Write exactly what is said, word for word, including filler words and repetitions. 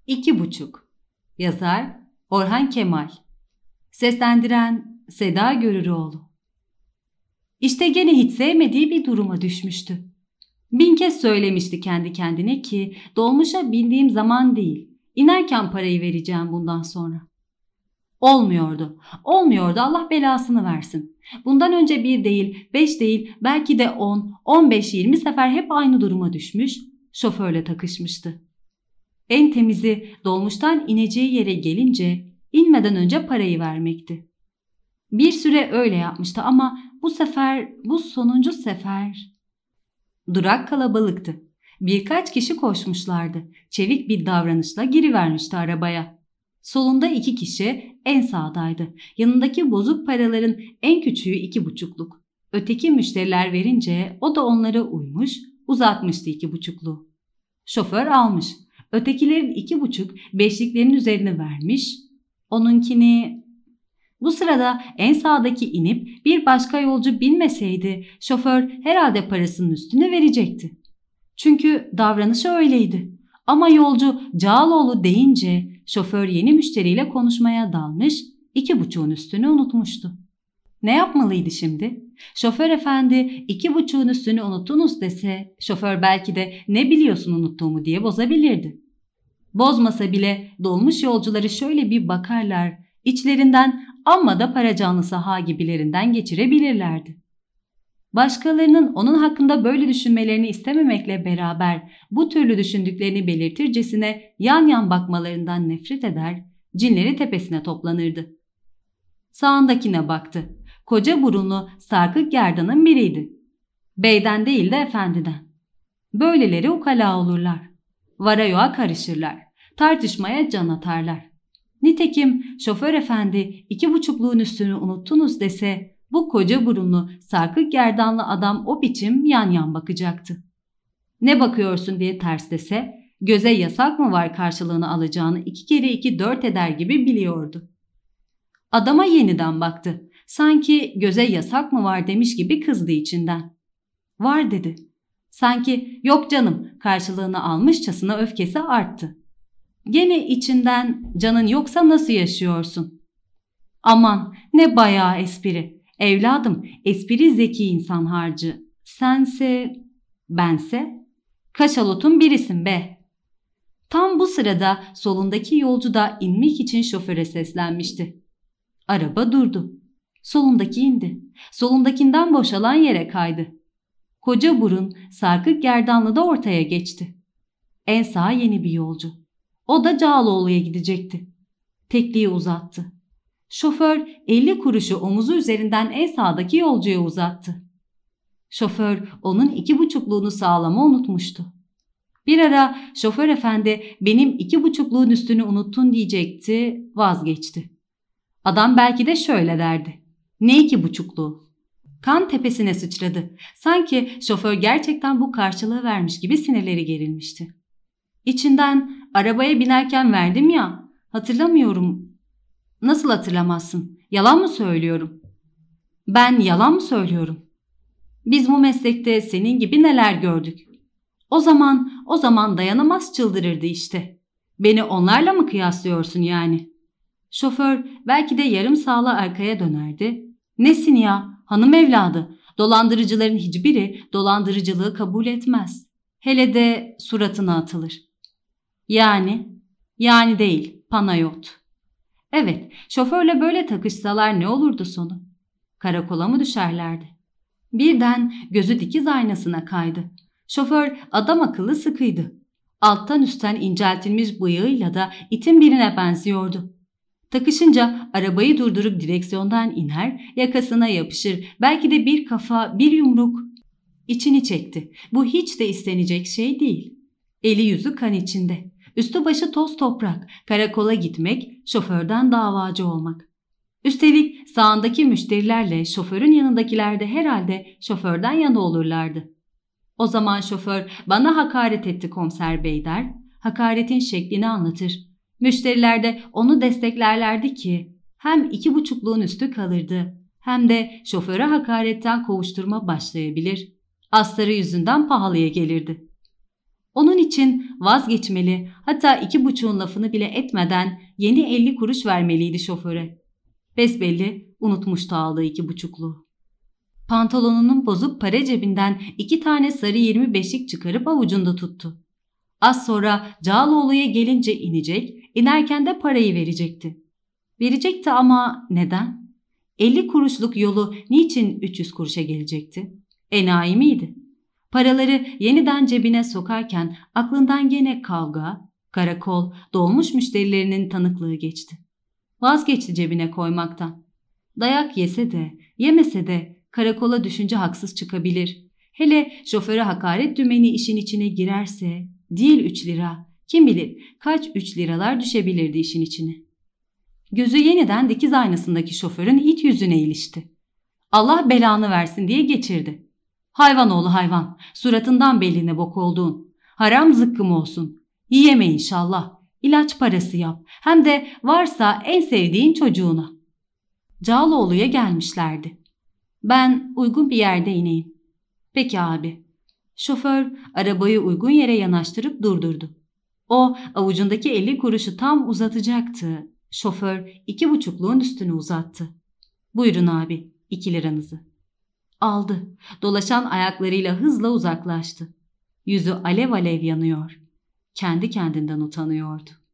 İki buçuk. Yazar Orhan Kemal. Seslendiren Seda Görüroğlu. İşte gene hiç sevmediği bir duruma düşmüştü. Bin kez söylemişti kendi kendine ki dolmuşa bindiğim zaman değil, inerken parayı vereceğim bundan sonra. Olmuyordu. Olmuyordu, Allah belasını versin. Bundan önce bir değil, beş değil, belki de on, on beş, yirmi sefer hep aynı duruma düşmüş, şoförle takışmıştı. En temizi dolmuştan ineceği yere gelince inmeden önce parayı vermekti. Bir süre öyle yapmıştı ama bu sefer, bu sonuncu sefer... Durak kalabalıktı. Birkaç kişi koşmuşlardı. Çevik bir davranışla girivermişti arabaya. Solunda iki kişi, en sağdaydı. Yanındaki bozuk paraların en küçüğü iki buçukluk. Öteki müşteriler verince o da onlara uymuş, uzatmıştı iki buçukluğu. Şoför almış. Ötekilerin iki buçuk beşliklerin üzerine vermiş. Onunkini... Bu sırada en sağdaki inip bir başka yolcu binmeseydi şoför herhalde parasının üstüne verecekti. Çünkü davranışı öyleydi. Ama yolcu Cağaloğlu deyince şoför yeni müşteriyle konuşmaya dalmış, iki buçuğun üstünü unutmuştu. Ne yapmalıydı şimdi? Şoför efendi iki buçuğun üstünü unuttunuz dese şoför belki de ne biliyorsun unuttuğumu diye bozabilirdi. Bozmasa bile dolmuş yolcuları şöyle bir bakarlar, içlerinden amma da para canlısı ha gibilerinden geçirebilirlerdi. Başkalarının onun hakkında böyle düşünmelerini istememekle beraber bu türlü düşündüklerini belirtircesine yan yan bakmalarından nefret eder, cinleri tepesine toplanırdı. Sağındakine baktı. Koca burunlu, sarkık gerdanın biriydi. Beyden değil de efendiden. Böyleleri ukala olurlar. Vara yoğa karışırlar. Tartışmaya can atarlar. Nitekim şoför efendi iki buçukluğun üstünü unuttunuz dese bu koca burunlu, sarkık gerdanlı adam o biçim yan yan bakacaktı. Ne bakıyorsun diye ters dese göze yasak mı var karşılığını alacağını iki kere iki dört eder gibi biliyordu. Adama yeniden baktı. Sanki göze yasak mı var demiş gibi kızdı içinden. Var dedi. Sanki yok canım karşılığını almışçasına öfkesi arttı. Gene içinden canın yoksa nasıl yaşıyorsun? Aman ne bayağı espri. Evladım espri zeki insan harcı. Sense, bense kaşalotun birisin be. Tam bu sırada solundaki yolcu da inmek için şoföre seslenmişti. Araba durdu. Solundaki indi. Solundakinden boşalan yere kaydı. Koca burun sarkık gerdanlı da ortaya geçti. En sağ yeni bir yolcu. O da Cağaloğlu'ya gidecekti. Tekliği uzattı. Şoför elli kuruşu omuzu üzerinden en sağdaki yolcuya uzattı. Şoför onun iki buçukluğunu sağlama unutmuştu. Bir ara şoför efendi benim iki buçukluğun üstünü unuttun diyecekti, vazgeçti. Adam belki de şöyle derdi. Ne iki buçukluğu? Kan tepesine sıçradı. Sanki şoför gerçekten bu karşılığı vermiş gibi sinirleri gerilmişti. İçinden arabaya binerken verdim ya, hatırlamıyorum. Nasıl hatırlamazsın? Yalan mı söylüyorum? Ben yalan mı söylüyorum? Biz bu meslekte senin gibi neler gördük. O zaman, o zaman dayanamaz çıldırırdı işte. Beni onlarla mı kıyaslıyorsun yani? Şoför belki de yarım sağla arkaya dönerdi. Nesin ya, hanım evladı? Dolandırıcıların hiçbiri dolandırıcılığı kabul etmez. Hele de suratına atılır. Yani, yani değil, panayot. Evet, şoförle böyle takışsalar ne olurdu sonu? Karakola mı düşerlerdi? Birden gözü dikiz aynasına kaydı. Şoför adam akıllı sıkıydı. Alttan üstten inceltilmiş bıyığıyla da itin birine benziyordu. Takışınca arabayı durdurup direksiyondan iner, yakasına yapışır, belki de bir kafa, bir yumruk. İçini çekti. Bu hiç de istenecek şey değil. Eli yüzü kan içinde. Üstü başı toz toprak, karakola gitmek, şoförden davacı olmak. Üstelik sağındaki müşterilerle şoförün yanındakiler de herhalde şoförden yana olurlardı. O zaman şoför bana hakaret etti komiser bey der, hakaretin şeklini anlatır. Müşteriler de onu desteklerlerdi ki hem iki buçukluğun üstü kalırdı hem de şoföre hakaretten kovuşturma başlayabilir. Astarı yüzünden pahalıya gelirdi. Onun için vazgeçmeli, hatta iki buçuğun lafını bile etmeden yeni elli kuruş vermeliydi şoföre. Besbelli unutmuştu aldığı iki buçukluğu. Pantolonunun bozuk para cebinden iki tane sarı yirmi beşlik çıkarıp avucunda tuttu. Az sonra Cağaloğlu'ya gelince inecek, inerken de parayı verecekti. Verecekti ama neden? elli kuruşluk yolu niçin üç yüz kuruşa gelecekti? Enayi miydi? Paraları yeniden cebine sokarken aklından gene kavga, karakol, dolmuş müşterilerinin tanıklığı geçti. Vazgeçti cebine koymaktan. Dayak yese de, yemese de karakola düşünce haksız çıkabilir. Hele şoföre hakaret dümeni işin içine girerse, değil üç lira, kim bilir kaç üç liralar düşebilirdi işin içine. Gözü yeniden dikiz aynasındaki şoförün it yüzüne ilişti. Allah belanı versin diye geçirdi. Hayvan oğlu hayvan, suratından belline bok olduğun. Haram zıkkım olsun. Yiyeme inşallah. İlaç parası yap. Hem de varsa en sevdiğin çocuğuna. Cağaloğlu'ya gelmişlerdi. Ben uygun bir yerde ineyim. Peki abi. Şoför arabayı uygun yere yanaştırıp durdurdu. O avucundaki elli kuruşu tam uzatacaktı. Şoför iki buçukluğun üstüne uzattı. Buyurun abi, iki liranızı. Aldı. Dolaşan ayaklarıyla hızla uzaklaştı. Yüzü alev alev yanıyor. Kendi kendinden utanıyordu.